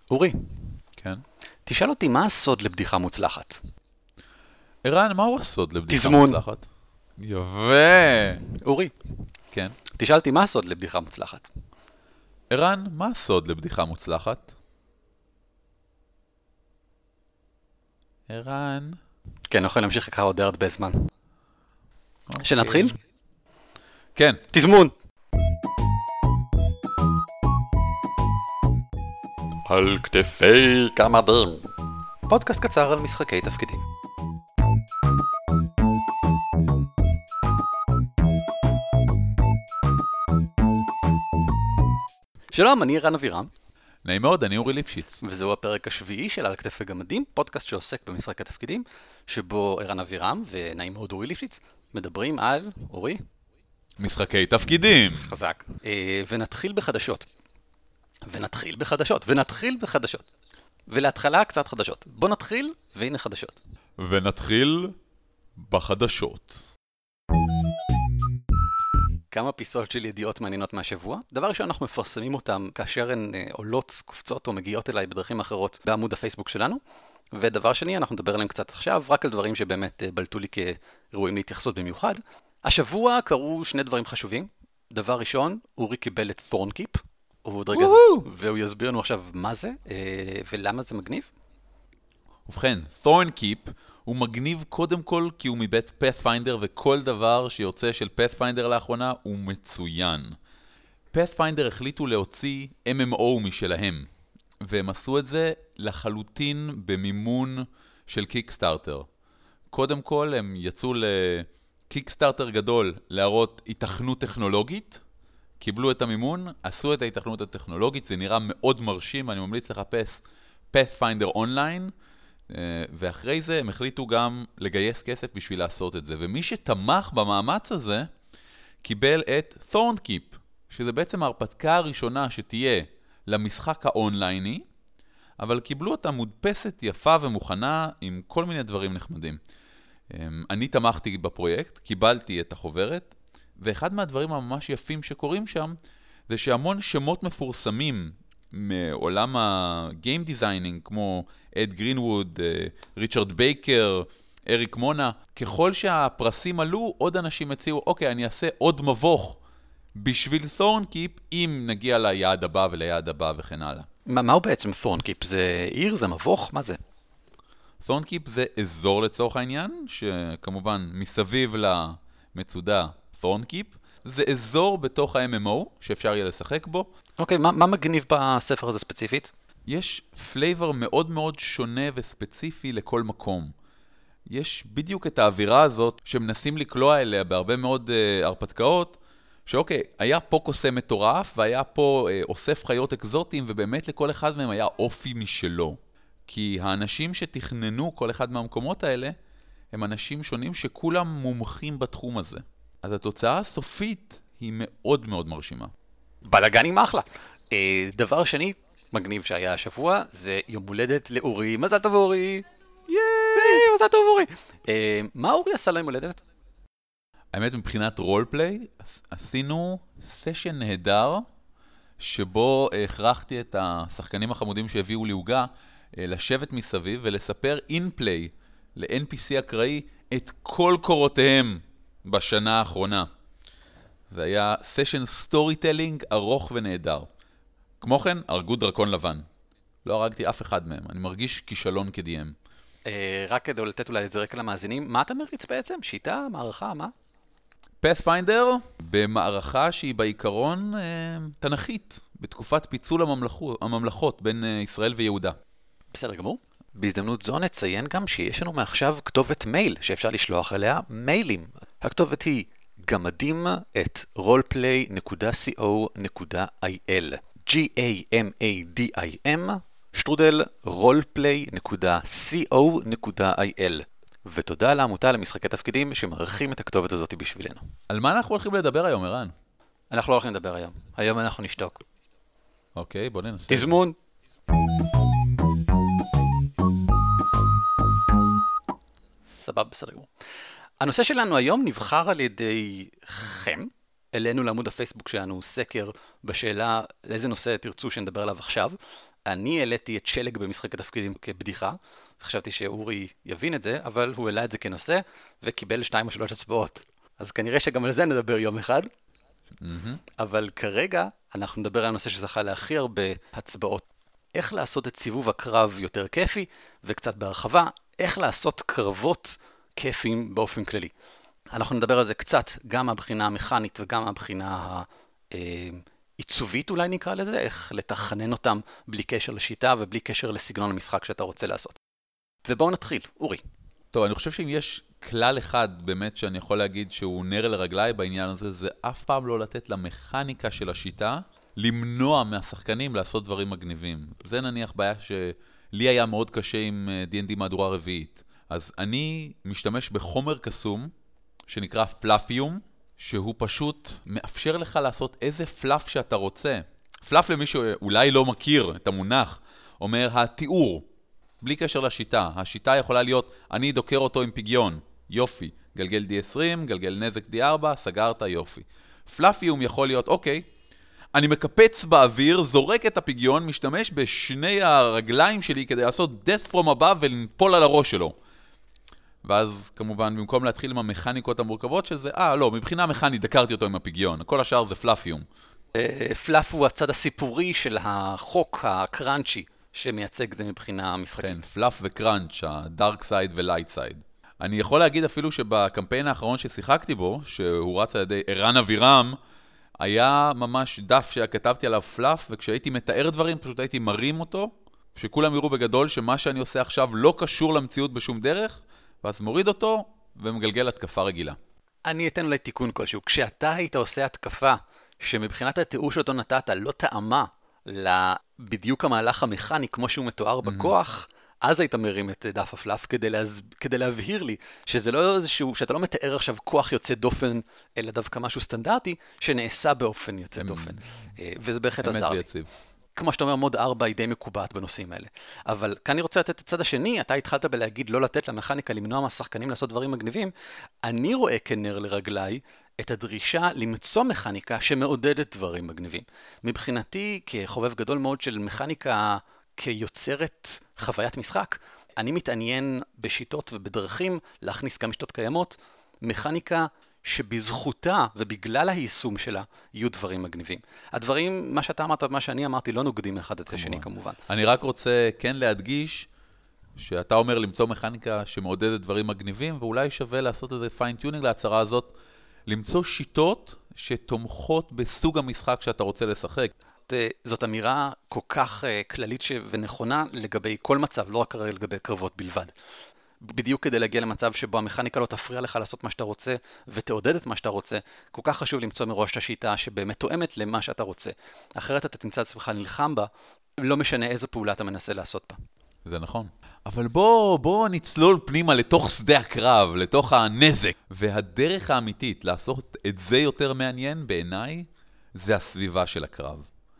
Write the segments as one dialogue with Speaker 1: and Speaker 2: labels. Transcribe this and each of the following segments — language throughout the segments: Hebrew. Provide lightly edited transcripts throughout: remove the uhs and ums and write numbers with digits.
Speaker 1: אורי,
Speaker 2: כן.
Speaker 1: תשאל אותי מה הסוד לבדיחה מוצלחת.
Speaker 2: ערן, מהו הסוד לבדיחה
Speaker 1: תזמון.
Speaker 2: מוצלחת? יפה.
Speaker 1: אורי,
Speaker 2: כן.
Speaker 1: תשאל אותי מה הסוד לבדיחה מוצלחת.
Speaker 2: ערן, מה הסוד לבדיחה מוצלחת? ערן.
Speaker 1: כן, אני יכול להמשיך לך עוד הרבה זמן.
Speaker 2: אוקיי.
Speaker 1: שנתחיל?
Speaker 2: כן.
Speaker 1: תזמון. על כתפי גמדים. פודקאסט קצר על משחקי תפקידים. שלום, אני ערן אבירם,
Speaker 2: נעים מאוד, אני אורי ליפשיץ.
Speaker 1: וזהו הפרק השביעי של על כתפי גמדים, פודקאסט שעוסק במשחקי תפקידים, שבו ערן אבירם ונעים מאוד אורי ליפשיץ מדברים על, אורי,
Speaker 2: משחקי תפקידים.
Speaker 1: חזק. ונתחיל בחדשות. ונתחיל בחדשות. ולהתחלה קצת חדשות. בוא נתחיל, והנה חדשות.
Speaker 2: ונתחיל בחדשות.
Speaker 1: כמה פיסות של ידיעות מעניינות מהשבוע. דבר ראשון, אנחנו מפרסמים אותם כאשר הן עולות, קופצות או מגיעות אליי בדרכים אחרות בעמוד הפייסבוק שלנו. ודבר שני, אנחנו נדבר עליהם קצת עכשיו, רק על דברים שבאמת בלטו לי כאירועים להתייחסות במיוחד. השבוע קרו שני דברים חשובים. דבר ראשון, אורי קיבל את תורנקיפ, והוא יסביר לנו עכשיו מה זה ולמה זה מגניב.
Speaker 2: ובכן, תורנקיפ הוא מגניב קודם כל כי הוא מבית פאת'פיינדר, וכל דבר שיוצא של פאת'פיינדר לאחרונה הוא מצוין. פאת'פיינדר החליטו להוציא MMO משלהם, והם עשו את זה לחלוטין במימון של קיקסטארטר. קודם כל הם יצאו לקיקסטארטר גדול להראות התכנות טכנולוגית, קיבלו את המימון, עשו את ההתכנות הטכנולוגית, זה נראה מאוד מרשים, אני ממליץ לחפש Pathfinder Online, ואחרי זה הם החליטו גם לגייס כסף בשביל לעשות את זה. ומי שתמך במאמץ הזה קיבל את Thornkeep, שזה בעצם ההרפתקה הראשונה שתהיה למשחק האונלייני, אבל קיבלו אותה מודפסת יפה ומוכנה עם כל מיני דברים נחמדים. אני תמכתי בפרויקט, קיבלתי את החוברת, ואחד מהדברים הממש יפים שקורים שם, זה שהמון שמות מפורסמים מעולם הגיים דיזיינינג, כמו אד גרינווד, ריצ'רד בייקר, אריק מונה, ככל שהפרסים עלו, עוד אנשים הציעו, אוקיי, אני אעשה עוד מבוך בשביל תורנקיפ, אם נגיע ליעד הבא וליעד הבא וכן הלאה.
Speaker 1: מה הוא בעצם תורנקיפ? זה עיר? זה מבוך? מה זה?
Speaker 2: תורנקיפ זה אזור לצורך העניין, שכמובן מסביב למצודה תורנקיפ, זה אזור בתוך ה-MMO שאפשר יהיה לשחק בו.
Speaker 1: אוקיי, מה מגניב בספר הזה ספציפית?
Speaker 2: יש פלייבר מאוד מאוד שונה וספציפי לכל מקום. יש בדיוק את האווירה הזאת שמנסים לקלוע אליה בהרבה מאוד הרפתקאות, שאוקיי, היה פה קוסם מטורף, והיה פה אוסף חיות אקזוטיים, ובאמת לכל אחד מהם היה אופי משלו. כי האנשים שתכננו כל אחד מהמקומות האלה, הם אנשים שונים שכולם מומחים בתחום הזה. אז התוצאה הסופית היא מאוד מאוד מרשימה.
Speaker 1: בלגנים אחלה. דבר שני, מגניב שהיה השבוע, זה יום הולדת לאורי. מזל טוב אורי! מזל טוב אורי! מה אורי עשה ליום הולדת?
Speaker 2: האמת, מבחינת רולפליי, עשינו סשן נהדר, שבו הכרחתי את השחקנים החמודים שהביאו לי הוגה, לשבת מסביב ולספר אין-פליי ל-NPC אקראי את כל קורותיהם בשנה האחרונה. זה היה סשן סטורי טלינג ארוך ונהדר. כמו כן, הרגו דרקון לבן. לא הרגתי אף אחד מהם, אני מרגיש כישלון כ-DM.
Speaker 1: רק כדי לתת אולי את זה רקע למאזינים, מה אתה מריץ בעצם? שיטה? מערכה? מה?
Speaker 2: פאת'פיינדר במערכה שהיא בעיקרון תנכית, בתקופת פיצול הממלכות בין ישראל ויהודה.
Speaker 1: בסדר גמור. בהזדמנות זו נציין גם שיש לנו מעכשיו כתובת מייל שאפשר לשלוח אליה מיילים. הכתובת היא gamadim@roleplay.co.il gamadim @roleplay.co.il ותודה לעמותה למשחקי תפקידים שמארחים את הכתובת הזאת בשבילנו.
Speaker 2: על מה אנחנו הולכים לדבר היום, ערן?
Speaker 1: אנחנו לא הולכים לדבר היום. היום אנחנו נשתוק.
Speaker 2: אוקיי, בוא ננסה.
Speaker 1: תזמון. סבב, בסדר גמור. הנושא שלנו היום נבחר על ידי חם, העלינו לעמוד הפייסבוק שלנו סקר בשאלה לאיזה נושא תרצו שנדבר עליו עכשיו. אני העליתי את שלג במשחק התפקידים כבדיחה, חשבתי שאורי יבין את זה, אבל הוא העלה את זה כנושא וקיבל 2 או 3 הצבעות. אז כנראה שגם על זה נדבר יום אחד. אבל כרגע אנחנו נדבר על הנושא שזכה להכי הרבה הצבעות. איך לעשות את סיבוב הקרב יותר כיפי, וקצת בהרחבה, איך לעשות קרבות כיפיים באופן כללי. אנחנו נדבר על זה קצת גם מהבחינה המכנית וגם מהבחינה עיצובית אולי נקרא לזה, איך לתכנן אותם בלי קשר לשיטה ובלי קשר לסגנון המשחק שאתה רוצה לעשות. ובואו נתחיל, אורי.
Speaker 2: טוב, אני חושב שאם יש כלל אחד באמת שאני יכול להגיד שהוא נר לרגליי בעניין הזה, זה אף פעם לא לתת למכניקה של השיטה למנוע מהשחקנים לעשות דברים מגניבים. זה נניח בעיה שלי היה מאוד קשה עם D&D מהדורה רביעית. אז אני משתמש בחומר קסום שנקרא פלאפיום, שהוא פשוט מאפשר לך לעשות איזה פלאף שאתה רוצה. פלאף למי שאולי לא מכיר את המונח, אומר התיאור, בלי קשר לשיטה. השיטה יכולה להיות, אני דוקר אותו עם פגיון, יופי, גלגל D20, גלגל נזק D4, סגרת, יופי. פלאפיום יכול להיות, אוקיי, אני מקפץ באוויר, זורק את הפגיון, משתמש בשני הרגליים שלי כדי לעשות death from above ולנפול על הראש שלו. ואז כמובן במקום להתחיל עם המכניקות המורכבות של זה, לא, מבחינה מכנית דקרתי אותו עם הפגיון, כל השאר זה פלאפיום.
Speaker 1: פלאף הוא הצד הסיפורי של החוק הקראנצ'י שמייצג את זה מבחינה משחקית.
Speaker 2: כן, פלאף וקראנץ', הדארק סייד ולייט סייד. אני יכול להגיד אפילו שבקמפיין האחרון ששיחקתי בו, שהוא רץ על ידי ערן אבירם, היה ממש דף שכתבתי עליו פלאף, וכשהייתי מתאר דברים פשוט הייתי מרים אותו, שכולם יראו בגדול שמה שאני עושה עכשיו לא קשור למציאות בשום דרך, ואז מוריד אותו ומגלגל התקפה רגילה.
Speaker 1: אני אתן אולי תיקון כלשהו. כשאתה היית עושה התקפה שמבחינת התיאור שאותו נתת לא טעמה בדיוק המהלך המכני כמו שהוא מתואר בכוח, אז היית מרים את דף הפלאף כדי להבהיר לי שזה לא איזשהו, שאתה לא מתאר עכשיו כוח יוצא דופן, אלא דווקא משהו סטנדרטי שנעשה באופן יוצא דופן. וזה בהחלט עזר לי. כמו שאתה אומר, מוד 4 היא די מקובעת בנושאים האלה. אבל כאן אני רוצה לתת את הצד השני, אתה התחלת בלהגיד לא לתת למכניקה למנוע מהשחקנים לעשות דברים מגניבים. אני רואה כנר לרגליי את הדרישה למצוא מכניקה שמעודדת דברים מגניבים. מבחינתי, כחובב גדול מאוד של מכניקה כיוצרת חוויית משחק, אני מתעניין בשיטות ובדרכים להכניס גם שיטות קיימות, מכניקה שבזכותה ובגלל היישום שלה יהיו דברים מגניבים. הדברים, מה שאתה אמרת ומה שאני אמרתי, לא נוגדים אחד את השני כמובן.
Speaker 2: אני רק רוצה כן להדגיש שאתה אומר למצוא מכניקה שמעודדת דברים מגניבים, ואולי שווה לעשות איזה פיין-טיונינג להצהרה הזאת, למצוא שיטות שתומכות בסוג המשחק שאתה רוצה לשחק.
Speaker 1: זאת אמירה כל כך כללית ונכונה לגבי כל מצב, לא רק לגבי קרבות בלבד. בדיוק כדי להגיע למצב שבו המכניקה לא תפריע לך לעשות מה שאתה רוצה ותעודד את מה שאתה רוצה, כל כך חשוב למצוא מראש את השיטה שבאמת תואמת למה שאתה רוצה. אחרת אתה תמצא את עצמך נלחם בה, לא משנה איזו פעולה אתה מנסה לעשות בה.
Speaker 2: זה נכון. אבל בוא נצלול פנימה לתוך שדה הקרב, לתוך הנזק. והדרך האמיתית לעשות את זה יותר מעניין בעיניי, זה הסביבה של הקרב.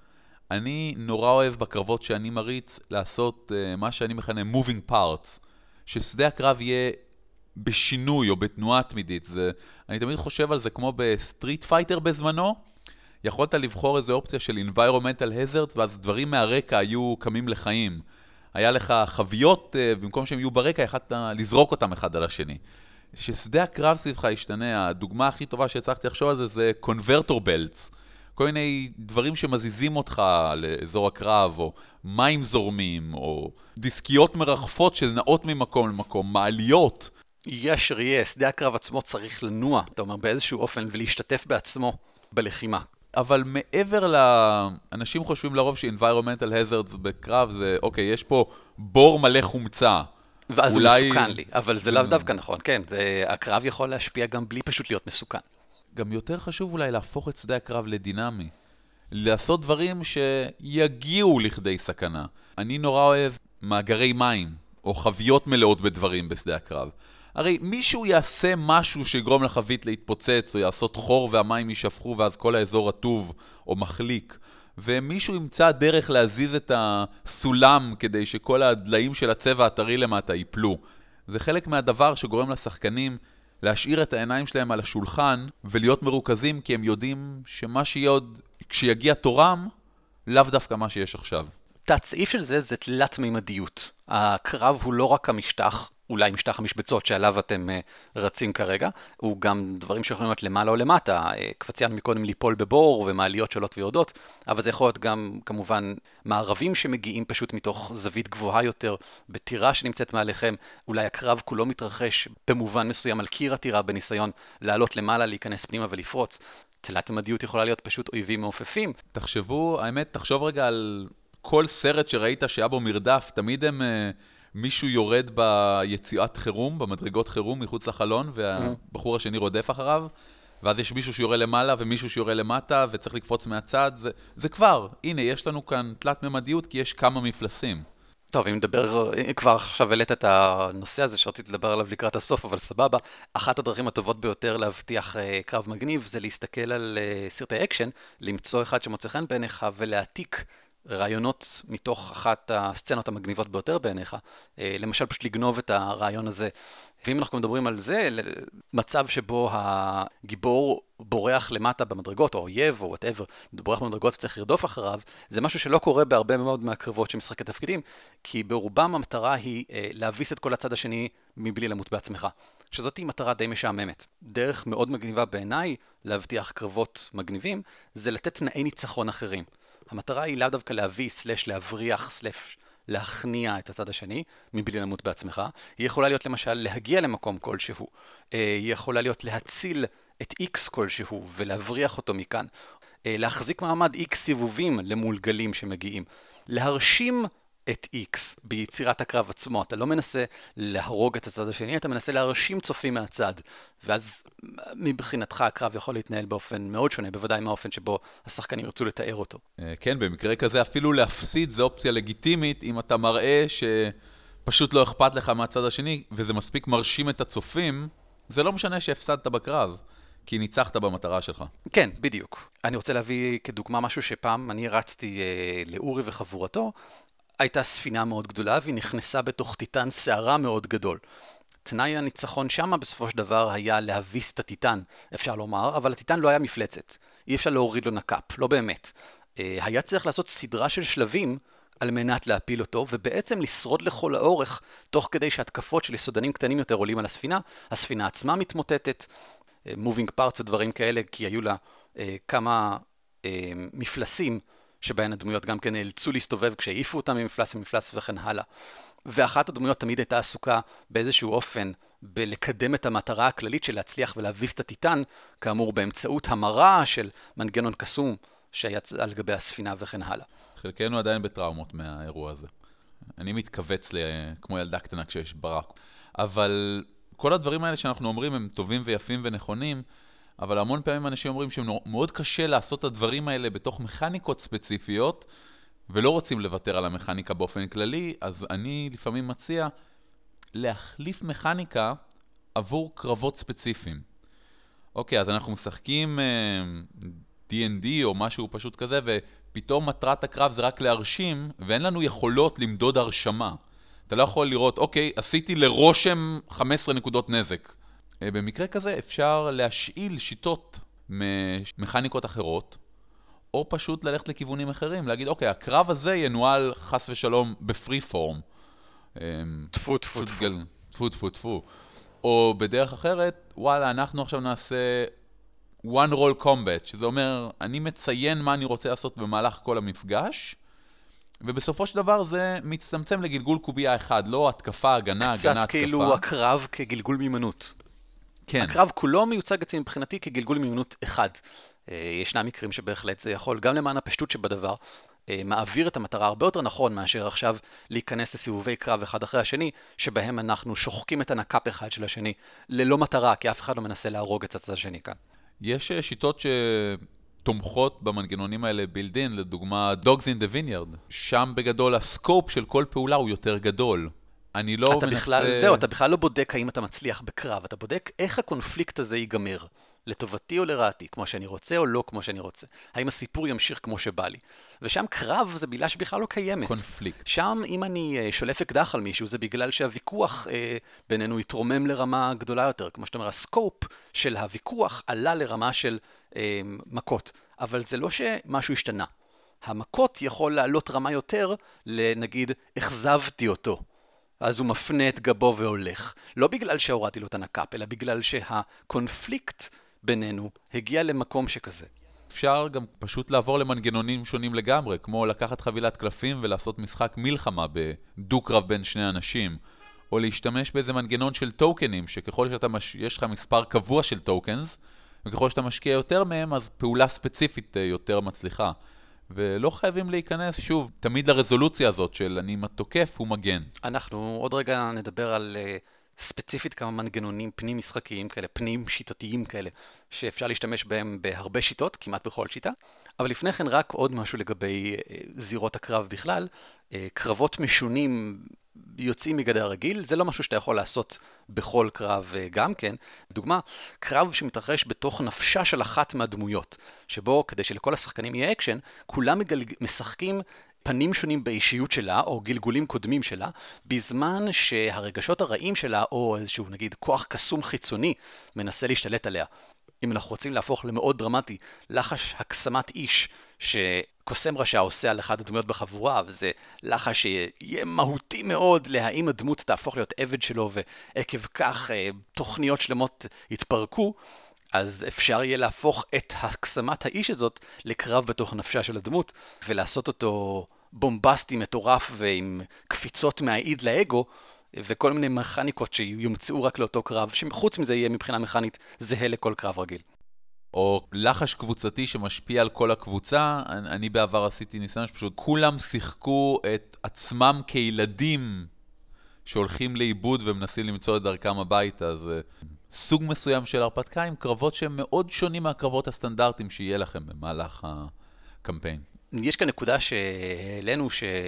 Speaker 2: אני נורא אוהב בקרבות שאני מריץ לעשות מה שאני מכנה moving parts, ששדה הקרב יהיה בשינוי או בתנועה תמידית. אני תמיד חושב על זה כמו בסטריט פייטר בזמנו, יכולת לבחור איזו אופציה של environmental hazards, ואז דברים מהרקע היו קמים לחיים. היה לך חוויות, במקום שהם יהיו ברקע, יכולת לזרוק אותם אחד על השני. ששדה הקרב סביבך ישתנה, הדוגמה הכי טובה שהצלחתי לחשוב על זה, זה converter belts. כל מיני דברים שמזיזים אותך לאזור הקרב, או מים זורמים, או דיסקיות מרחפות שנעות ממקום למקום, מעליות.
Speaker 1: יש ריה, שדה הקרב עצמו צריך לנוע, אתה אומר, באיזשהו אופן, ולהשתתף בעצמו בלחימה.
Speaker 2: אבל מעבר לאנשים חושבים לרוב ש-environmental hazards בקרב זה, אוקיי, יש פה בור מלא חומצה.
Speaker 1: ואז אולי... הוא מסוכן לי, אבל זה לאו דווקא נכון, כן, הקרב יכול להשפיע גם בלי פשוט להיות מסוכן.
Speaker 2: גם יותר חשוב אולי להפוך את שדה הקרב לדינמי. לעשות דברים שיגיעו לכדי סכנה. אני נורא אוהב מאגרי מים, או חביות מלאות בדברים בשדה הקרב. הרי מישהו יעשה משהו שיגרום לחבית להתפוצץ, או יעשות חור והמים יישפכו, ואז כל האזור רטוב או מחליק. ומישהו ימצא דרך להזיז את הסולם, כדי שכל הדליים של הצבע הטרי למטה ייפלו. זה חלק מהדבר שגורם לשחקנים להשאיר את העיניים שלהם על השולחן ולהיות מרוכזים, כי הם יודעים שמה שיהיה עוד, כשיגיע תורם, לאו דווקא מה שיש עכשיו.
Speaker 1: תת-סעיף של זה תלת מימדיות. הקרב הוא לא רק המשטח, אולי משטח המשבצות שעליו אתם רצים כרגע, הוא גם דברים שיכולים להיות למעלה או למטה, קפציינו מקודם ליפול בבור ומעליות שולות ויורדות, אבל זה יכול להיות גם כמובן מערבים שמגיעים פשוט מתוך זווית גבוהה יותר, בטירה שנמצאת מעליכם, אולי הקרב כולו מתרחש במובן מסוים על קיר הטירה בניסיון לעלות למעלה, להיכנס פנימה ולפרוץ. תלת מימדיות יכולה להיות פשוט אויבים מעופפים.
Speaker 2: תחשוב רגע על כל סרט שראית שהיה בו מרדף, תמיד מישהו יורד ביציאת חירום, במדרגות חירום מחוץ לחלון, והבחור השני רודף אחריו, ואז יש מישהו שיורה למעלה ומישהו שיורה למטה, וצריך לקפוץ מהצד. זה כבר, הנה, יש לנו כאן תלת ממדיות, כי יש כמה מפלסים.
Speaker 1: טוב, אם נדבר, כבר עכשיו העלית את הנושא הזה שרציתי לדבר עליו לקראת הסוף, אבל סבבה. אחת הדרכים הטובות ביותר להבטיח קרב מגניב זה להסתכל על סרטי אקשן, למצוא אחד שמוצא חן בעיניך ולהעתיק רעיונות מתוך אחת הסצנות המגניבות ביותר בעיניך. למשל, פשוט לגנוב את הרעיון הזה. ואם אנחנו מדברים על זה, מצב שבו הגיבור בורח למטה במדרגות, או אויב, או whatever, בורח במדרגות וצריך לרדוף אחריו, זה משהו שלא קורה בהרבה מאוד מהקרבות שמשחקי תפקידים, כי ברובם המטרה היא להביס את כל הצד השני מבלי למות בעצמך. שזאת היא מטרה די משעממת. דרך מאוד מגניבה בעיניי להבטיח קרבות מגניבים, זה לתת תנאי ניצחון אחרים. המטרה היא לאו דווקא להביא, להבריח, להכניע את הצד השני, מבלי למות בעצמך. היא יכולה להיות למשל להגיע למקום כלשהו. היא יכולה להיות להציל את X כלשהו ולהבריח אותו מכאן. להחזיק מעמד X סיבובים למול גלים שמגיעים. להרשים את X ביצירת הקרב עצמו. אתה לא מנסה להרוג את הצד השני, אתה מנסה להרשים צופים מהצד. ואז מבחינתך הקרב יכול להתנהל באופן מאוד שונה, בוודאי מהאופן שבו השחקנים ירצו לתאר אותו.
Speaker 2: כן, במקרה כזה אפילו להפסיד זה אופציה לגיטימית, אם אתה מראה שפשוט לא אכפת לך מהצד השני, וזה מספיק מרשים את הצופים, זה לא משנה שהפסדת בקרב, כי ניצחת במטרה שלך.
Speaker 1: כן, בדיוק. אני רוצה להביא כדוגמה משהו שפעם אני רצתי לאורי וחבורתו, הייתה ספינה מאוד גדולה והיא נכנסה בתוך טיטן שערה מאוד גדול. תנאי הניצחון שמה בסופו של דבר היה להביס את הטיטן, אפשר לומר, אבל הטיטן לא היה מפלצת. אי אפשר להוריד לו נקאפ, לא באמת. היה צריך לעשות סדרה של שלבים על מנת להפיל אותו, ובעצם לשרוד לכל האורך, תוך כדי שהתקפות של יסודנים קטנים יותר עולים על הספינה, הספינה עצמה מתמוטטת, moving parts ודברים כאלה, כי היו לה כמה מפלסים, שבהן הדמויות גם כן נאלצו להסתובב כשהעיפו אותם ממפלס למפלס וכן הלאה. ואחת הדמויות תמיד הייתה עסוקה באיזשהו אופן בלקדם את המטרה הכללית של להצליח ולהביס את הטיטן, כאמור באמצעות המרה של מנגנון קסום שהיה על גבי הספינה וכן הלאה.
Speaker 2: חלקנו עדיין בטראומות מהאירוע הזה. אני מתכווץ כמו ילדה קטנה כשיש ברק. אבל כל הדברים האלה שאנחנו אומרים הם טובים ויפים ונכונים, אבל המון פעמים אנשים אומרים שמאוד קשה לעשות את הדברים האלה בתוך מכניקות ספציפיות, ולא רוצים לוותר על המכניקה באופן כללי, אז אני לפעמים מציע להחליף מכניקה עבור קרבות ספציפיים. אוקיי, אז אנחנו משחקים D&D או משהו פשוט כזה, ופתאום מטרת הקרב זה רק להרשים, ואין לנו יכולות למדוד הרשמה. אתה לא יכול לראות, אוקיי, עשיתי לרושם 15 נקודות נזק. במקרה כזה אפשר להשאיל שיטות ממכניקות אחרות, או פשוט ללכת לכיוונים אחרים, להגיד, אוקיי, הקרב הזה ינוהל חס ושלום בפרי פורם.
Speaker 1: טפו, טפו, טפו.
Speaker 2: טפו, טפו, טפו. או בדרך אחרת, וואלה, אנחנו עכשיו נעשה one roll combat, שזה אומר, אני מציין מה אני רוצה לעשות במהלך כל המפגש, ובסופו של דבר זה מצטמצם לגלגול קובייה אחד, לא התקפה, הגנה, הגנה, התקפה.
Speaker 1: קצת כאילו הקרב כגלגול מימנות.
Speaker 2: כן.
Speaker 1: הקרב כולו מיוצג אצלי מבחינתי כגלגול מימנות אחד. ישנם מקרים שבהחלט זה יכול, גם למען הפשטות שבדבר, מעביר את המטרה הרבה יותר נכון מאשר עכשיו להיכנס לסיבובי קרב אחד אחרי השני, שבהם אנחנו שוחקים את הנקאפ אחד של השני, ללא מטרה, כי אף אחד לא מנסה להרוג את הצד השני כאן.
Speaker 2: יש שיטות שתומכות במנגנונים האלה בילדין, לדוגמה Dogs in the Vineyard. שם בגדול הסקופ של כל פעולה הוא יותר גדול. אני לא
Speaker 1: אתה בכלל לא בודק האם אתה מצליח בקרב, אתה בודק איך הקונפליקט הזה ייגמר. לטובתי או לרעתי, כמו שאני רוצה או לא כמו שאני רוצה. האם הסיפור ימשיך כמו שבא לי. ושם קרב זה מילה שבכלל לא קיימת.
Speaker 2: קונפליקט.
Speaker 1: שם אם אני שולף אקדח על מישהו, זה בגלל שהוויכוח בינינו יתרומם לרמה גדולה יותר. כמו שאתה אומר, הסקופ של הוויכוח עלה לרמה של מכות. אבל זה לא שמשהו השתנה. המכות יכול לעלות רמה יותר לנגיד, החזבתי אותו. אז הוא מפנה את גבו והולך. לא בגלל שהורדתי לו את הנקאפ, אלא בגלל שהקונפליקט בינינו הגיע למקום שכזה.
Speaker 2: אפשר גם פשוט לעבור למנגנונים שונים לגמרי, כמו לקחת חבילת קלפים ולעשות משחק מלחמה בדו-קרב בין שני אנשים, או להשתמש באיזה מנגנון של טוקנים, שככל יש לך מספר קבוע של טוקנס, וככל שאתה משקיע יותר מהם, אז פעולה ספציפית יותר מצליחה. ולא חייבים להיכנס, שוב, תמיד לרזולוציה הזאת של אני תוקף, הוא מגן.
Speaker 1: אנחנו עוד רגע נדבר על ספציפית כמה מנגנונים פנים משחקיים כאלה, פנים שיטתיים כאלה, שאפשר להשתמש בהם בהרבה שיטות, כמעט בכל שיטה. אבל לפני כן רק עוד משהו לגבי זירות הקרב בכלל. קרבות משונים יוצאים מגדר הרגיל, זה לא משהו שאתה יכול לעשות בכל קרב גם כן. דוגמה, קרב שמתרחש בתוך נפשה של אחת מהדמויות, שבו כדי שלכל השחקנים יהיה אקשן, כולם משחקים פנים שונים באישיות שלה, או גלגולים קודמים שלה, בזמן שהרגשות הרעים שלה, או איזשהו נגיד כוח קסום חיצוני, מנסה להשתלט עליה. אם אנחנו רוצים להפוך למאוד דרמטי, לחש הקסמת איש, שקוסם רשע עושה על אחד הדמויות בחבורה, וזה לחש שיהיה מהותי מאוד להאם הדמות תהפוך להיות עבד שלו, ועקב כך תוכניות שלמות יתפרקו, אז אפשר יהיה להפוך את הקסמת האיש הזאת לקרב בתוך נפשה של הדמות, ולעשות אותו בומבסטי, מטורף, ועם קפיצות מהאיד לאגו, וכל מיני מכניקות שיומצאו רק לאותו קרב, שחוץ מזה יהיה מבחינה מכנית זהה לכל קרב רגיל.
Speaker 2: או לחש קבוצתי שמשפיע על כל הקבוצה. אני בעבר עשיתי ניסיון שפשוט כולם שיחקו את עצמם כילדים שהולכים לאיבוד ומנסים למצוא את דרכם הביתה. אז סוג מסוים של הרפתקה עם קרבות שהם מאוד שונים מהקרבות הסטנדרטיים שיהיה לכם במהלך הקמפיין.
Speaker 1: יש כאן נקודה שהעלינו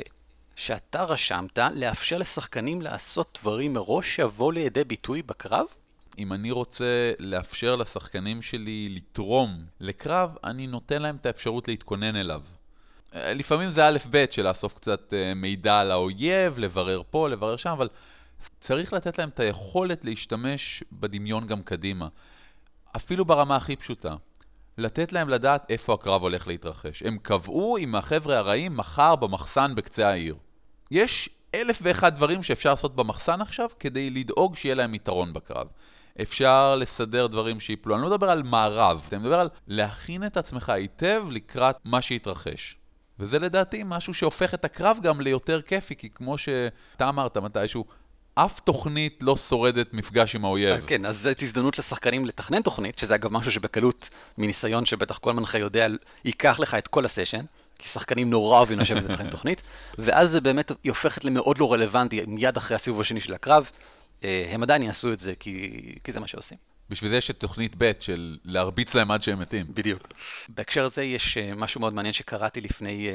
Speaker 1: שאתה רשמת לאפשר לשחקנים לעשות דברים מראש שיבוא לידי ביטוי בקרב?
Speaker 2: אם אני רוצה לאפשר לשחקנים שלי לתרום לקרב, אני נותן להם את האפשרות להתכונן אליו. לפעמים זה א' ב' של לאסוף קצת מידע על האויב, לברר פה, לברר שם, אבל צריך לתת להם את היכולת להשתמש בדמיון גם קדימה. אפילו ברמה הכי פשוטה. לתת להם לדעת איפה הקרב הולך להתרחש. הם קבעו עם החבר'ה הרעים מחר במחסן בקצה העיר. יש 1,001 דברים שאפשר לעשות במחסן עכשיו כדי לדאוג שיהיה להם יתרון בקרב. אפשר לסדר דברים שיפלו. אני לא מדבר על מערב, אני מדבר על להכין את עצמך היטב לקראת מה שיתרחש. וזה לדעתי משהו שהופך את הקרב גם ליותר כיפי, כי כמו שאתה אמרת מתישהו, אף תוכנית לא שורדת מפגש עם האויב.
Speaker 1: כן, אז זאת הזדמנות לשחקנים לתכנן תוכנית, שזה אגב משהו שבקלות מניסיון שבטח כל מנחה יודע, ייקח לך את כל הסשן, כי שחקנים נורא אוהבים לשבת לתכנן תוכנית, ואז זה באמת היא הופכת למאוד לא רלוונטי, מיד אחרי הסיבוב השני של הקרב, הם עדיין יעשו את זה, כי זה מה שעושים.
Speaker 2: בשביל זה יש את תוכנית ב' של להרביץ להם עד שהם מתים.
Speaker 1: בדיוק. בהקשר הזה יש משהו מאוד מעניין שקראתי לפני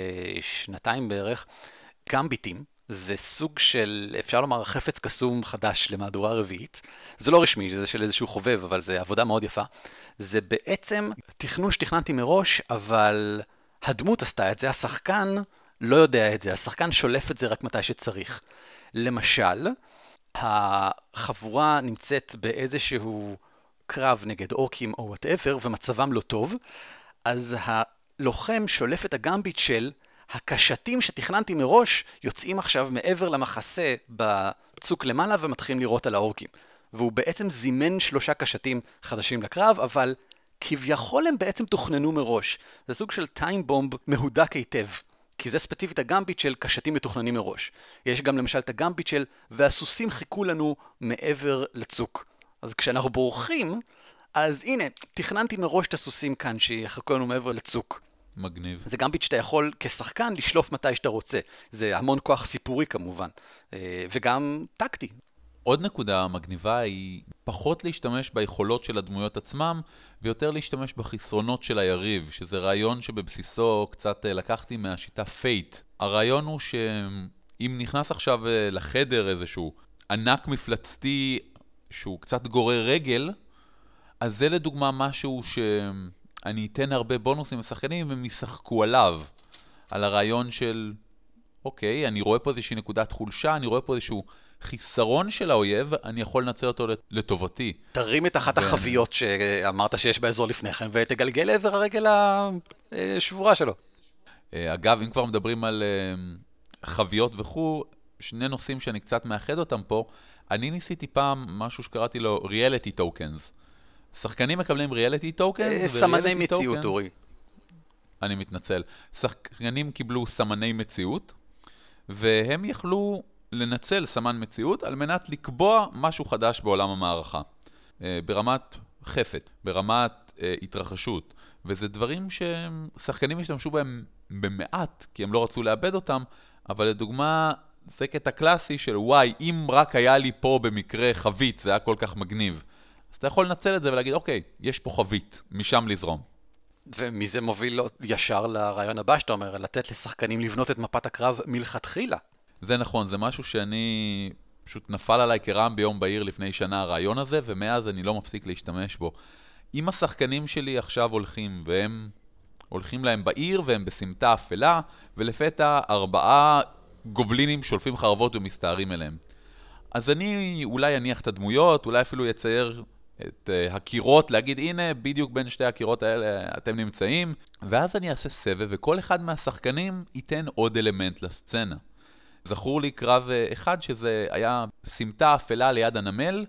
Speaker 1: 2 בערך, גמביטים. זה סוג של, אפשר לומר, חפץ קסום חדש למהדורה רביעית. זה לא רשמי, זה של איזשהו חובב, אבל זה עבודה מאוד יפה. זה בעצם תכנון שתכננתי מראש, אבל הדמות עשתה את זה, השחקן לא יודע את זה, השחקן שולף את זה רק מתי שצריך. למשל, החבורה נמצאת באיזשהו קרב נגד אורקים או whatever, ומצבם לא טוב, אז הלוחם שולף את הגמביט של הקשתים שתכננתי מראש יוצאים עכשיו מעבר למחסה בצוק למעלה ומתחילים לראות על האורקים. והוא בעצם זימן 3 קשתים חדשים לקרב, אבל כביכול הם בעצם תוכננו מראש. זה סוג של טיים בומב מהודק היטב, כי זה ספציפית הגמביט של קשתים מתוכננים מראש. יש גם למשל את הגמביט של והסוסים חיכו לנו מעבר לצוק. אז כשאנחנו בורחים, אז הנה, תכננתי מראש את הסוסים כאן שיחכו לנו מעבר לצוק.
Speaker 2: מגניב.
Speaker 1: זה גם ביט שאתה יכול כשחקן לשלוף מתי שאתה רוצה. זה המון כוח סיפורי כמובן, וגם טקטי.
Speaker 2: עוד נקודה מגניבה היא פחות להשתמש ביכולות של הדמויות עצמם, ויותר להשתמש בחסרונות של היריב, שזה רעיון שבבסיסו קצת לקחתי מהשיטה פייט. הרעיון הוא שאם נכנס עכשיו לחדר איזשהו ענק מפלצתי שהוא קצת גורר רגל, אז זה לדוגמה משהו שאני אתן הרבה בונוסים לשחקנים והם ישחקו עליו, על הרעיון של, אוקיי, אני רואה פה איזושהי נקודת חולשה, אני רואה פה איזשהו חיסרון של האויב, אני יכול לנצל אותו לטובתי.
Speaker 1: תרים את אחת החביות שאמרת שיש באזור לפני כן, ותגלגל לעבר הרגל השבורה שלו.
Speaker 2: אגב, אם כבר מדברים על חביות וכו', שני נושאים שאני קצת מאחד אותם פה, אני ניסיתי פעם משהו שקראתי לו Reality Tokens. שחקנים מקבלים Reality Tokens,
Speaker 1: סמני מציאות, אורי.
Speaker 2: אני מתנצל. שחקנים קיבלו סמני מציאות, והם יכלו לנצל סמן מציאות על מנת לקבוע משהו חדש בעולם המערכה. ברמת חפת, ברמת התרחשות. וזה דברים ששחקנים השתמשו בהם במעט, כי הם לא רצו לאבד אותם, אבל לדוגמה, זה קטע קלאסי של וואי, אם רק היה לי פה במקרה חבית, זה היה כל כך מגניב. אז אתה יכול לנצל את זה ולהגיד, אוקיי, יש פה חבית, משם לזרום.
Speaker 1: ומזה מוביל ישר לרעיון הבא שאתה אומר, לתת לשחקנים לבנות את מפת הקרב מלכתחילה.
Speaker 2: זה נכון, זה משהו שאני פשוט נפל עליי כרעם ביום בהיר לפני שנה הרעיון הזה, ומאז אני לא מפסיק להשתמש בו. אם השחקנים שלי עכשיו הולכים, והם הולכים להם בעיר, והם בסמטה אפלה, ולפתע 4 גובלינים שולפים חרבות ומסתערים אליהם. אז אני אולי אניח את הדמויות, אולי אפילו יצייר את הקירות, להגיד הנה בדיוק בין שתי הקירות האלה אתם נמצאים, ואז אני אעשה סבב, וכל אחד מהשחקנים ייתן עוד אלמנט לסצנה. זכור לי קרב אחד שזה היה סמטה אפלה ליד הנמל,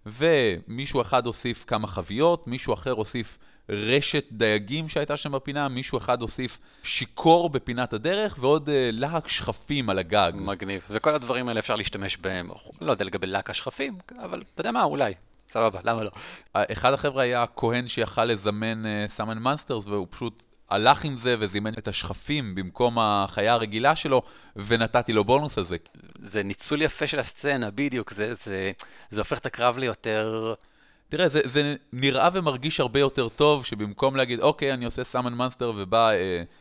Speaker 2: ומישהו אחד הוסיף כמה חביות, מישהו אחר הוסיף רשת דייגים שהייתה שם בפינה, מישהו אחד הוסיף שיקור בפינת הדרך, ועוד להק שכפים על הגג.
Speaker 1: מגניב. וכל הדברים האלה אפשר להשתמש בהם, לא יודע לגבי להק השכפים, אבל אתה יודע מה, אולי. סבבה, למה לא?
Speaker 2: אחד החבר'ה היה כהן שיכל לזמן סאמן מאנסטרס, והוא פשוט הלך עם זה וזימן את השכפים במקום החיה הרגילה שלו, ונתתי לו בונוס על זה.
Speaker 1: זה ניצול יפה של הסצנה, בדיוק, זה הופך את הקרב ליותר...
Speaker 2: תראה, זה נראה ומרגיש הרבה יותר טוב, שבמקום להגיד, אוקיי, אני עושה סאמן מאנסטר ובא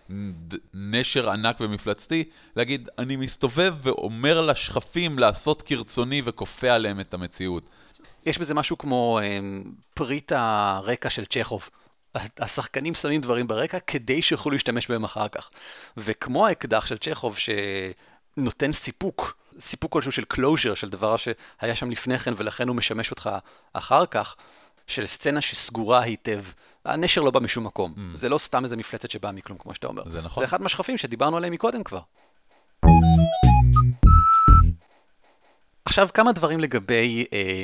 Speaker 2: נשר ענק ומפלצתי, להגיד, אני מסתובב ואומר לשכפים לעשות כרצוני וכופה עליהם את המציאות.
Speaker 1: יש בזה משהו כמו פריט הרקע של צ'כוב. השחקנים שמים דברים ברקע כדי שיוכלו להשתמש בהם אחר כך. וכמו האקדח של צ'כוב שנותן סיפוק כלשהו של closure, של דבר שהיה שם לפני כן ולכן הוא משמש אותך אחר כך, של סצנה שסגורה היטב. הנשר לא בא משום מקום. זה לא סתם איזה מפלצת שבאה מכלום, כמו שאתה אומר.
Speaker 2: זה נכון.
Speaker 1: זה אחד מהשכפים שדיברנו עליהם מקודם כבר. עכשיו כמה דברים לגבי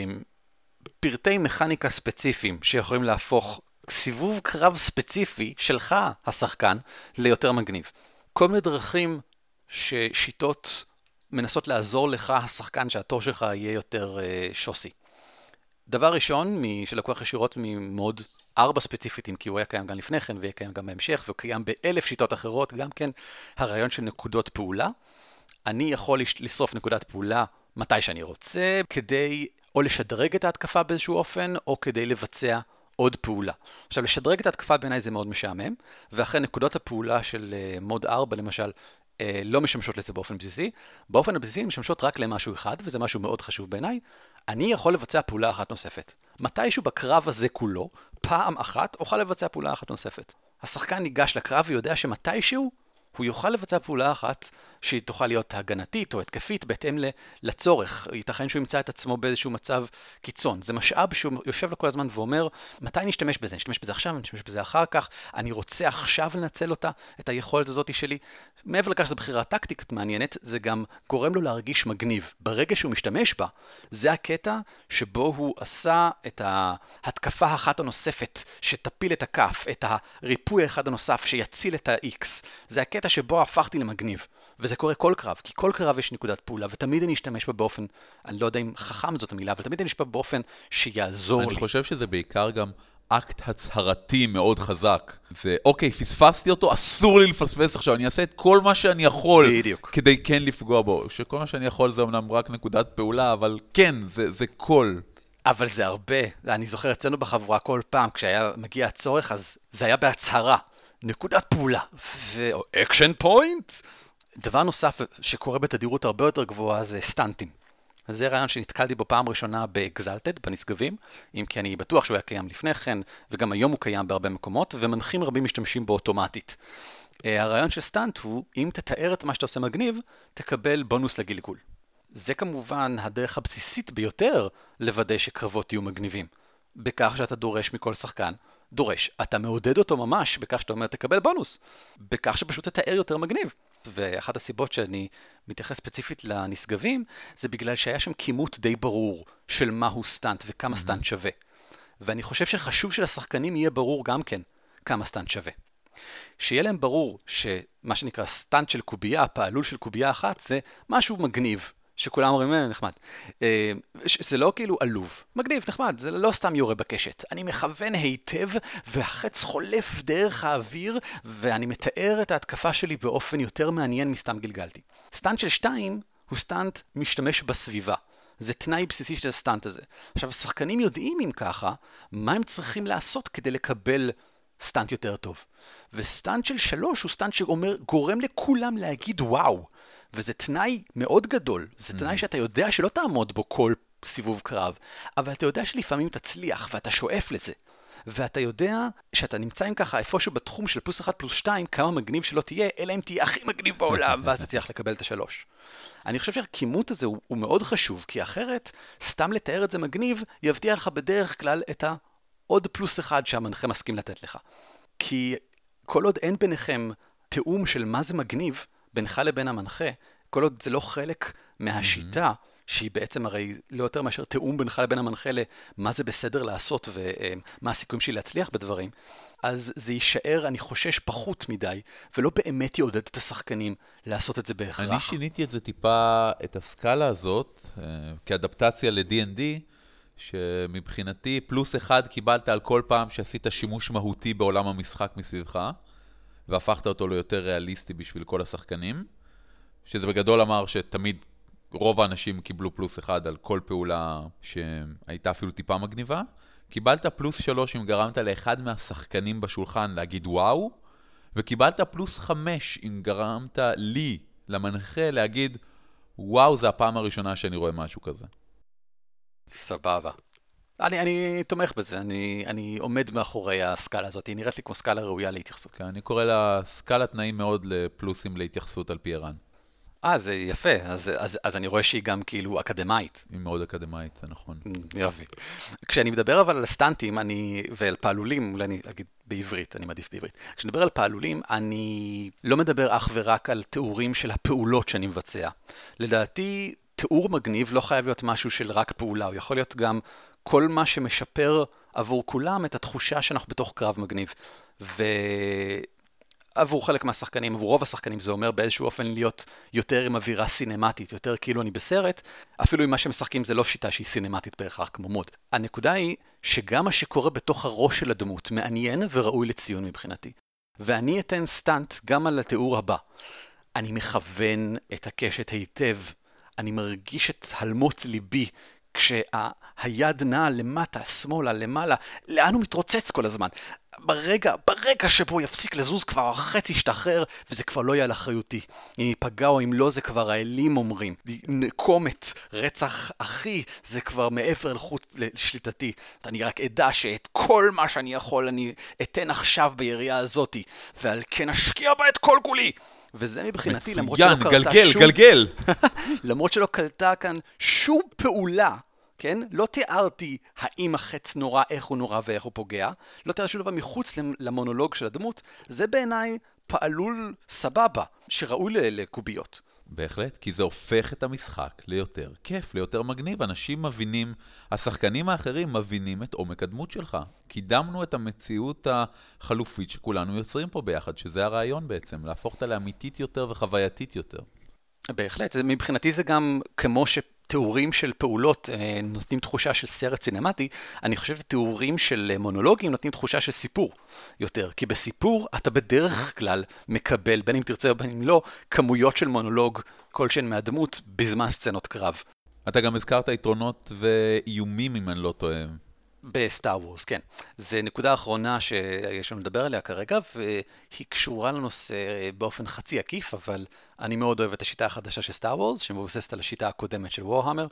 Speaker 1: פרטי מכניקה ספציפיים שיכולים להפוך סיבוב קרב ספציפי שלך, השחקן, ליותר מגניב. כל מיני דרכים ששיטות מנסות לעזור לך, השחקן, שהתור שלך יהיה יותר שוסי. דבר ראשון, שלקוח ישירות ממוד 4 ספציפיתים, כי הוא היה קיים גם לפני כן, ויהיה קיים גם בהמשך, והוא קיים ב1000 שיטות אחרות, גם כן הרעיון של נקודות פעולה. אני יכול לשרוף נקודת פעולה מתי שאני רוצה, כדי או לשדרג את ההתקפה באיזשהו אופן, או כדי לבצע עוד פעולה. עכשיו, לשדרג את ההתקפה בעיניי זה מאוד משעמם, ואחרי נקודות הפעולה של מוד 4 למשל, לא משמשות לזה באופן בסיסי. באופן הבסיסי הן משמשות רק למשהו אחד, וזה משהו מאוד חשוב בעיניי. אני יכול לבצע פעולה אחת נוספת. מתישהו בקרב הזה כולו, פעם אחת, אוכל לבצע פעולה אחת נוספת. השחקן ניגש לקרב ויודע שמתישהו הוא יוכל לבצע פעולה אחת שהיא תוכל להיות הגנתית או התקפית בהתאם לצורך. ייתכן שהוא ימצא את עצמו באיזשהו מצב קיצון. זה משאב שהוא יושב לו כל הזמן ואומר, מתי נשתמש בזה? נשתמש בזה עכשיו, נשתמש בזה אחר כך. אני רוצה עכשיו לנצל אותה, את היכולת הזאת שלי. מעבר לכך שזו בחירה טקטית מעניינת, זה גם גורם לו להרגיש מגניב. ברגע שהוא משתמש בה, זה הקטע שבו הוא עשה את ההתקפה האחת הנוספת שתפיל את הכף, את הריפוי האחד הנוסף שיציל את ה-X. זה הקטע שבו הפכתי למגניב. וזה קורה כל קרב, כי כל קרב יש נקודת פעולה, ותמיד אני אשתמש בה באופן, אני לא יודע אם חכם זאת המילה, אבל תמיד אני אשתמש בה באופן שיעזור לי.
Speaker 2: אני חושב שזה בעיקר גם אקט הצהרתי מאוד חזק. זה, אוקיי, פספסתי אותו, אסור לי לפספס עכשיו, אני אעשה את כל מה שאני יכול,
Speaker 1: בדיוק.
Speaker 2: כדי כן לפגוע בו. שכל מה שאני יכול זה אומנם רק נקודת פעולה, אבל כן, זה כל.
Speaker 1: אבל זה הרבה. אני זוכר אצלנו בחבורה כל פעם, כשהיה מגיע הצורך, אז זה היה בהצהרה. נקודת פעולה. אקשן פוינט? דבר נוסף שקורה בתדירות הרבה יותר גבוהה זה סטנטים. אז זה רעיון שנתקלתי בו פעם ראשונה באקזלטד, בנשגבים, אם כי אני בטוח שהוא היה קיים לפני כן, וגם היום הוא קיים בהרבה מקומות, ומנחים רבים משתמשים בו אוטומטית. הרעיון של סטאנט הוא, אם תתאר את מה שאתה עושה מגניב, תקבל בונוס לגלגול. זה כמובן הדרך הבסיסית ביותר לוודא שקרבות יהיו מגניבים. בכך שאתה דורש מכל שחקן, אתה מעודד אותו ממש בכך שאתה אומר תקבל בונוס, בכך שפשוט תתאר יותר מגניב. ואחת הסיבות שאני מתייחס ספציפית לנשגבים, זה בגלל שהיה שם כימות די ברור של מהו סטאנט וכמה סטאנט שווה. ואני חושב שחשוב שלשחקנים יהיה ברור גם כן כמה סטאנט שווה. שיהיה להם ברור שמה שנקרא סטאנט של קובייה, פעלול של קובייה אחת, זה משהו מגניב, שכולם אומרים, נחמד. זה לא כאילו עלוב, מגניב, נחמד, זה לא סתם יורה בקשת. אני מכוון היטב, והחץ חולף דרך האוויר, ואני מתאר את ההתקפה שלי באופן יותר מעניין מסתם גלגלתי. סטאנט של 2 הוא סטאנט משתמש בסביבה. זה תנאי בסיסי של הסטאנט הזה. עכשיו, השחקנים יודעים אם ככה, מה הם צריכים לעשות כדי לקבל סטאנט יותר טוב. וסטאנט של 3 הוא סטאנט שגורם לכולם להגיד וואו. וזה תנאי מאוד גדול. זה תנאי שאתה יודע שלא תעמוד בו כל סיבוב קרב, אבל אתה יודע שלפעמים תצליח ואתה שואף לזה. ואתה יודע שאתה נמצא עם ככה איפשהו בתחום של +1 +2, כמה מגניב שלא תהיה, אלא אם תהיה הכי מגניב בעולם, ואז תצליח לקבל את 3. אני חושב שהכימות הזה הוא מאוד חשוב, כי אחרת, סתם לתאר את זה מגניב, יבטיח לך בדרך כלל את העוד +1 שהמנחה מסכים לתת לך. כי כל עוד אין ביניכם תאום של מה זה מגניב, בינך לבין המנחה, כל עוד זה לא חלק מהשיטה, שהיא בעצם הרי לא יותר מאשר תאום בינך לבין המנחה למה זה בסדר לעשות ומה הסיכויים שלי להצליח בדברים, אז זה יישאר, אני חושש, פחות מדי, ולא באמת יעודד את השחקנים לעשות את זה בהכרח.
Speaker 2: אני שיניתי את זה טיפה, את הסקאלה הזאת, כאדפטציה ל-D&D, שמבחינתי +1 קיבלת על כל פעם שעשית שימוש מהותי בעולם המשחק מסביבך, והפכת אותו ליותר ריאליסטי בשביל כל השחקנים, שזה בגדול אמר שתמיד רוב האנשים קיבלו +1 על כל פעולה שהייתה אפילו טיפה מגניבה. קיבלת +3 אם גרמת לאחד מהשחקנים בשולחן להגיד וואו, וקיבלת +5 אם גרמת לי, למנחה, להגיד וואו, זה הפעם הראשונה שאני רואה משהו כזה.
Speaker 1: סבבה. אני תומך בזה, אני עומד מאחורי הסקאלה הזאת, היא נראית לי כמו סקאלה ראויה להתייחסות.
Speaker 2: אני קורא לה סקאלת תנאים מאוד לפלוסים להתייחסות על פי ערן.
Speaker 1: זה יפה, אז אני רואה שהיא גם כאילו אקדמאית.
Speaker 2: היא מאוד אקדמאית, זה נכון.
Speaker 1: יופי. כשאני מדבר אבל על סטנטים ועל פעלולים, אולי אני אגיד בעברית, אני מעדיף בעברית. כשאני מדבר על פעלולים, אני לא מדבר אך ורק על תיאורים של הפעולות שאני מבצע. לדעתי, תיאור מגניב לא חייב להיות משהו של רק פעולה, הוא יכול להיות גם כל מה שמשפר עבור כולם את התחושה שאנחנו בתוך קרב מגניב. עבור חלק מהשחקנים, עבור רוב השחקנים, זה אומר באיזשהו אופן להיות יותר עם אווירה סינמטית, יותר כאילו אני בסרט, אפילו אם מה שמשחקים זה לא שיטה שהיא סינמטית בהכרח כמו מוד. הנקודה היא שגם מה שקורה בתוך הראש של הדמות מעניין וראוי לציון מבחינתי. ואני אתן סטנט גם על התיאור הבא. אני מכוון את הקשת היטב, אני מרגיש את הלמות ליבי, כשהיד נעה למטה, שמאלה, למעלה, לאן הוא מתרוצץ כל הזמן. ברגע שבו יפסיק לזוז כבר החץ ישתחרר, וזה כבר לא יהיה על אחריותי. אם ייפגע או אם לא, זה כבר האלים אומרים. קומץ, רצח אחי, זה כבר מעבר לחוץ לשליטתי. אני רק אדע שאת כל מה שאני יכול, אני אתן עכשיו בירייה הזאת, ועל כן אשקיע בה את כל כולי. וזה מבחינתי, למרות שלא קרתה
Speaker 2: גלגל.
Speaker 1: למרות שלא קלטה כאן שום פעולה, כן? לא תיארתי האם החץ נורא, איך הוא נורא ואיך הוא פוגע, לא תיארתי שום דבר מחוץ למונולוג של הדמות, זה בעיניי פעלול סבבה, שראוי לקוביות.
Speaker 2: בהחלט, כי זה הופך את המשחק ליותר כיף, ליותר מגניב. אנשים מבינים, השחקנים האחרים מבינים את עומק הדמות שלך. קידמנו את המציאות החלופית שכולנו יוצרים פה ביחד, שזה הרעיון בעצם, להפוך אותה לאמיתית יותר וחווייתית יותר.
Speaker 1: בהחלט, מבחינתי זה גם כמו שתיאורים של פעולות נותנים תחושה של סרט סינמטי, אני חושב שתיאורים של מונולוגים נותנים תחושה של סיפור יותר, כי בסיפור אתה בדרך כלל מקבל, בין אם תרצה או בין אם לא, כמויות של מונולוג כלשהן מהדמות בזמן סצנות קרב.
Speaker 2: אתה גם הזכרת יתרונות ואיומים אם אני לא טועה.
Speaker 1: בסטאר וורס, כן. זה נקודה אחרונה שיש לנו לדבר עליה כרגע, והיא קשורה לנושא באופן חצי עקיף, אבל אני מאוד אוהב את השיטה החדשה של סטאר וורס, שמבוססת על השיטה הקודמת של וורהמר,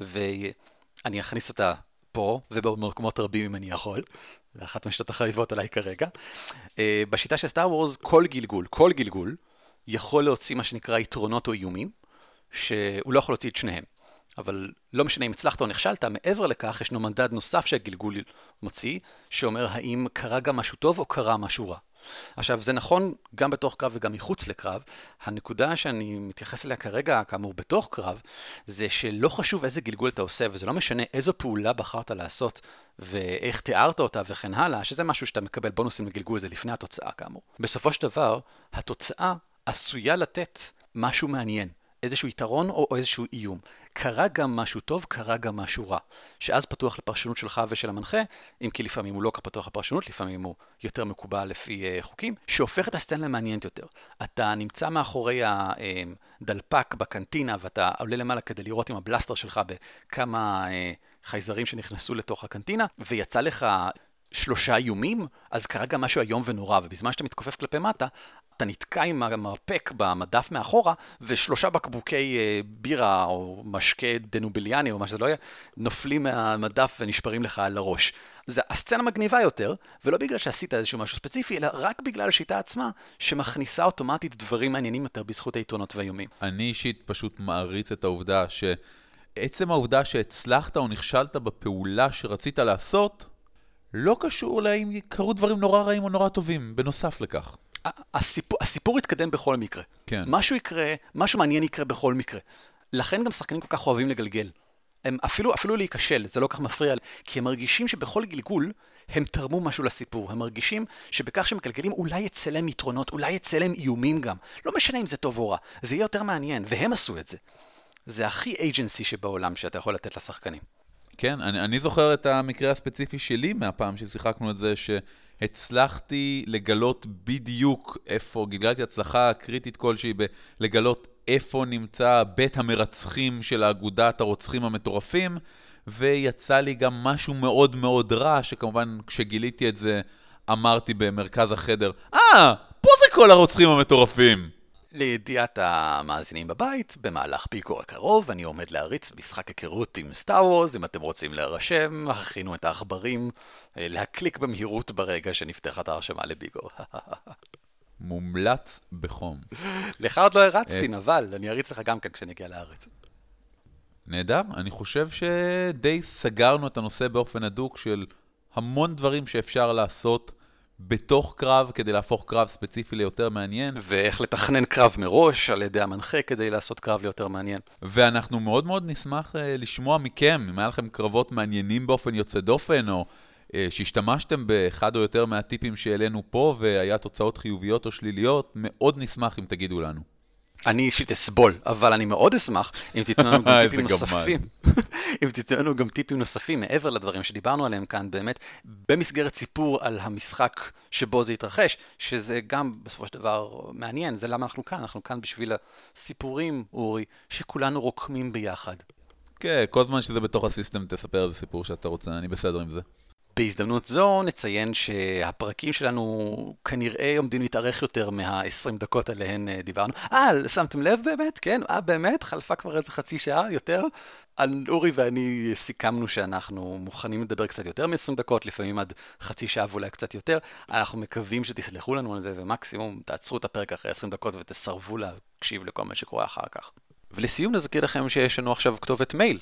Speaker 1: ואני אכניס אותה פה, ובמקומות רבים אם אני יכול. זה אחת מהשיטות החביבות עליי כרגע. בשיטה של סטאר וורס, כל גלגול, יכול להוציא מה שנקרא יתרונות או איומים, שהוא לא יכול להוציא את שניהם. אבל לא משנה אם הצלחת או נכשלת, מעבר לכך ישנו מדד נוסף שהגלגול מוציא, שאומר האם קרה גם משהו טוב או קרה משהו רע. עכשיו, זה נכון גם בתוך קרב וגם מחוץ לקרב. הנקודה שאני מתייחס אליה כרגע, כאמור בתוך קרב, זה שלא חשוב איזה גלגול אתה עושה, וזה לא משנה איזו פעולה בחרת לעשות, ואיך תיארת אותה וכן הלאה, שזה משהו שאתה מקבל בונוסים לגלגול, זה לפני התוצאה כאמור. בסופו של דבר, התוצאה עשויה לתת משהו מעניין. איזשהו יתרון או איזשהו איום. קרה גם משהו טוב, קרה גם משהו רע. שאז פתוח לפרשנות שלך ושל המנחה, אם כי לפעמים הוא לא פתוח לפרשנות, לפעמים הוא יותר מקובל לפי חוקים, שהופך את הסצנה למעניינת יותר. אתה נמצא מאחורי הדלפק בקנטינה, ואתה עולה למעלה כדי לראות עם הבלסטר שלך בכמה חייזרים שנכנסו לתוך הקנטינה, ויצא לך 3 איומים, אז קרה גם משהו היום ונורא, ובזמן שאתה מתכופף כלפי מטה, אתה נתקע עם המרפק במדף מאחורה, ו3 בקבוקי בירה או משקה דנובליאני או מה שזה לא יהיה, נופלים מהמדף ונשפרים לך על הראש. זה הסצנה מגניבה יותר, ולא בגלל שעשית איזשהו משהו ספציפי, אלא רק בגלל השיטה עצמה, שמכניסה אוטומטית דברים מעניינים יותר בזכות היתרונות והאיומים.
Speaker 2: אני אישית פשוט מעריץ את העובדה עצם העובדה שהצלחת או נכשלת בפעולה שרצית לעשות, לא קשור לאם קרו דברים נורא רעים או נורא טובים, בנוסף לכך.
Speaker 1: הסיפור יתקדם בכל מקרה.
Speaker 2: כן.
Speaker 1: משהו מעניין יקרה בכל מקרה. לכן גם שחקנים כל כך אוהבים לגלגל. הם אפילו להיכשל, זה לא כך מפריע, כי הם מרגישים שבכל גלגול הם תרמו משהו לסיפור. הם מרגישים שבכך שמגלגלים אולי יצא להם יתרונות, אולי יצא להם איומים גם. לא משנה אם זה טוב או רע, זה יהיה יותר מעניין, והם עשו את זה. זה הכי agency שבעולם שאתה יכול לתת לשחקנים.
Speaker 2: כן, אני זוכר את המקרה הספציפי שלי מהפעם ששיחקנו את זה, שהצלחתי לגלות בדיוק איפה, גלגלתי הצלחה קריטית כלשהי לגלות איפה נמצא בית המרצחים של אגודת הרוצחים המטורפים, ויצא לי גם משהו מאוד מאוד רע, שכמובן כשגיליתי את זה אמרתי במרכז החדר, פה זה כל הרוצחים המטורפים.
Speaker 1: לידיעת המאזינים בבית, במהלך ביקור הקרוב, אני עומד להריץ משחק היכרות עם סטאר וורס, אם אתם רוצים להירשם, הכינו את העכברים, להקליק במהירות ברגע שנפתחת ההרשמה לביקור.
Speaker 2: מומלץ בחום.
Speaker 1: לך עוד לא הרצתי, נבל, אני אריץ לך גם כאן כשנגיע לארץ.
Speaker 2: נהדר, אני חושב שדי סגרנו את הנושא באופן הדוק של המון דברים שאפשר לעשות בתוך קרב כדי להפוך קרב ספציפי ליותר מעניין.
Speaker 1: ואיך לתכנן קרב מראש על ידי המנחה כדי לעשות קרב ליותר מעניין.
Speaker 2: ואנחנו מאוד מאוד נשמח לשמוע מכם, אם היה לכם קרבות מעניינים באופן יוצא דופן, או שהשתמשתם באחד או יותר מהטיפים שהעלינו פה, והיה תוצאות חיוביות או שליליות, מאוד נשמח אם תגידו לנו.
Speaker 1: אני אישית אסבול, אבל אני מאוד אשמח אם תיתנו לנו גם טיפים נוספים. אם תיתנו לנו גם טיפים נוספים מעבר לדברים שדיברנו עליהם כאן, באמת, במסגרת סיפור על המשחק שבו זה התרחש, שזה גם בסופו של דבר מעניין, זה למה אנחנו כאן בשביל הסיפורים, אורי, שכולנו רוקמים ביחד.
Speaker 2: כן, כל זמן שזה בתוך הסיסטם תספר איזה סיפור שאתה רוצה, אני בסדר עם זה.
Speaker 1: בהזדמנות זו נציין שהפרקים שלנו כנראה עומדים להתארך יותר מה-20 דקות עליהן דיברנו. שמתם לב באמת? כן, באמת? חלפה כבר איזה חצי שעה יותר? אורי ואני סיכמנו שאנחנו מוכנים לדבר קצת יותר מ-20 דקות, לפעמים עד חצי שעה ואולי קצת יותר. אנחנו מקווים שתסלחו לנו על זה, ומקסימום תעצרו את הפרק אחרי 20 דקות ותסרבו להקשיב לכל מה שקורה אחר כך. ולסיום נזכיר לכם שיש לנו עכשיו כתובת מייל,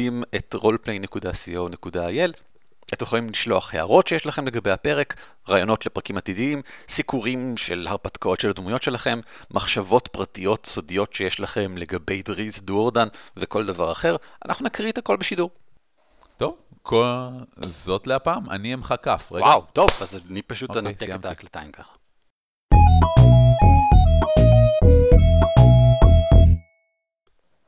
Speaker 1: gamadim@roleplay.co.il. אתם יכולים לשלוח הערות שיש לכם לגבי הפרק, רעיונות לפרקים עתידיים, סיקורים של הרפתקאות של הדמויות שלכם, מחשבות פרטיות סודיות שיש לכם לגבי דריז דורדן וכל דבר אחר. אנחנו נקריא את הכל בשידור.
Speaker 2: טוב, זאת להפעם. אני אמחק כף.
Speaker 1: וואו, טוב, אז אני פשוט אנתק את ההקלטה עם ככה.